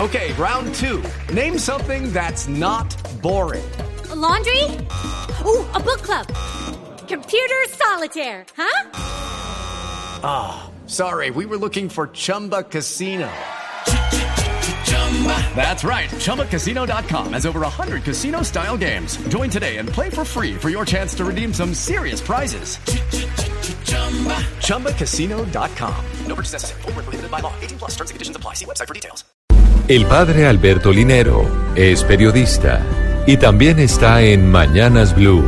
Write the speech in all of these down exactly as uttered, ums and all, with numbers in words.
Okay, round two. Name something that's not boring. A laundry? Ooh, a book club. Computer solitaire, huh? Ah, oh, sorry, we were looking for Chumba Casino. That's right, Chumba Casino dot com has over one hundred casino-style games. Join today and play for free for your chance to redeem some serious prizes. Chumba Casino dot com. No purchase necessary. Void where prohibited by law. eighteen plus terms and conditions apply. See website for details. El padre Alberto Linero es periodista y también está en Mañanas Blue.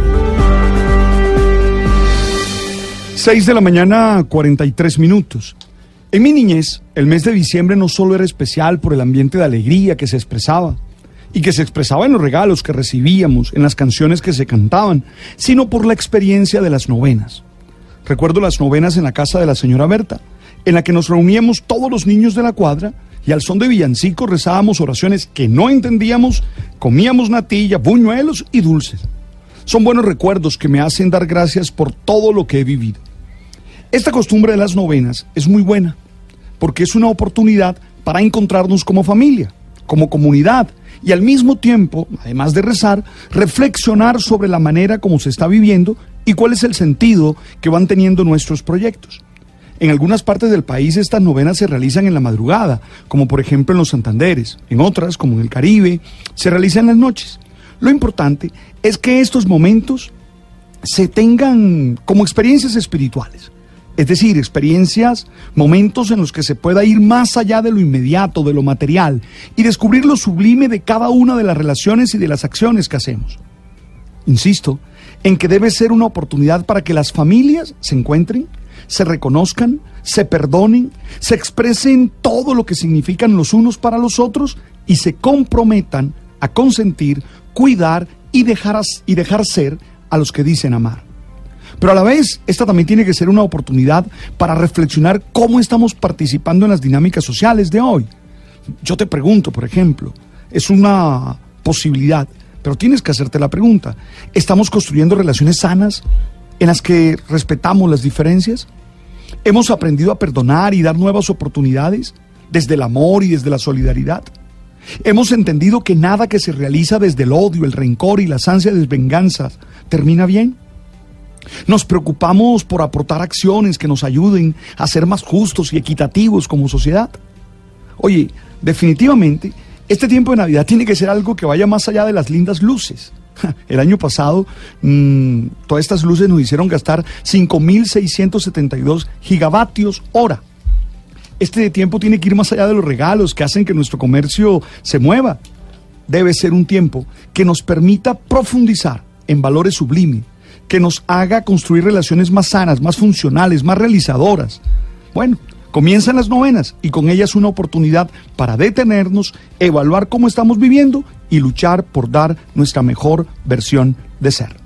seis de la mañana, cuarenta y tres minutos. En mi niñez, el mes de diciembre no solo era especial por el ambiente de alegría que se expresaba, y que se expresaba en los regalos que recibíamos, en las canciones que se cantaban, sino por la experiencia de las novenas. Recuerdo las novenas en la casa de la señora Berta, en la que nos reuníamos todos los niños de la cuadra y al son de villancicos rezábamos oraciones que no entendíamos, comíamos natilla, buñuelos y dulces. Son buenos recuerdos que me hacen dar gracias por todo lo que he vivido. Esta costumbre de las novenas es muy buena, porque es una oportunidad para encontrarnos como familia, como comunidad, y al mismo tiempo, además de rezar, reflexionar sobre la manera como se está viviendo y cuál es el sentido que van teniendo nuestros proyectos. En algunas partes del país estas novenas se realizan en la madrugada, como por ejemplo en los Santanderes. En otras, como en el Caribe, se realizan en las noches. Lo importante es que estos momentos se tengan como experiencias espirituales. Es decir, experiencias, momentos en los que se pueda ir más allá de lo inmediato, de lo material, y descubrir lo sublime de cada una de las relaciones y de las acciones que hacemos. Insisto en que debe ser una oportunidad para que las familias se encuentren, se reconozcan, se perdonen, se expresen todo lo que significan los unos para los otros y se comprometan a consentir, cuidar y dejar, y dejar ser a los que dicen amar. Pero a la vez, esta también tiene que ser una oportunidad para reflexionar cómo estamos participando en las dinámicas sociales de hoy. Yo te pregunto, por ejemplo, es una posibilidad, pero tienes que hacerte la pregunta. ¿Estamos construyendo relaciones sanas en las que respetamos las diferencias? ¿Hemos aprendido a perdonar y dar nuevas oportunidades desde el amor y desde la solidaridad? ¿Hemos entendido que nada que se realiza desde el odio, el rencor y las ansias de venganza termina bien? ¿Nos preocupamos por aportar acciones que nos ayuden a ser más justos y equitativos como sociedad? Oye, definitivamente, este tiempo de Navidad tiene que ser algo que vaya más allá de las lindas luces. El año pasado, mmm, todas estas luces nos hicieron gastar cinco mil seiscientos setenta y dos gigavatios hora. Este tiempo tiene que ir más allá de los regalos que hacen que nuestro comercio se mueva. Debe ser un tiempo que nos permita profundizar en valores sublimes, que nos haga construir relaciones más sanas, más funcionales, más realizadoras. Bueno, comienzan las novenas y con ellas una oportunidad para detenernos, evaluar cómo estamos viviendo y luchar por dar nuestra mejor versión de ser.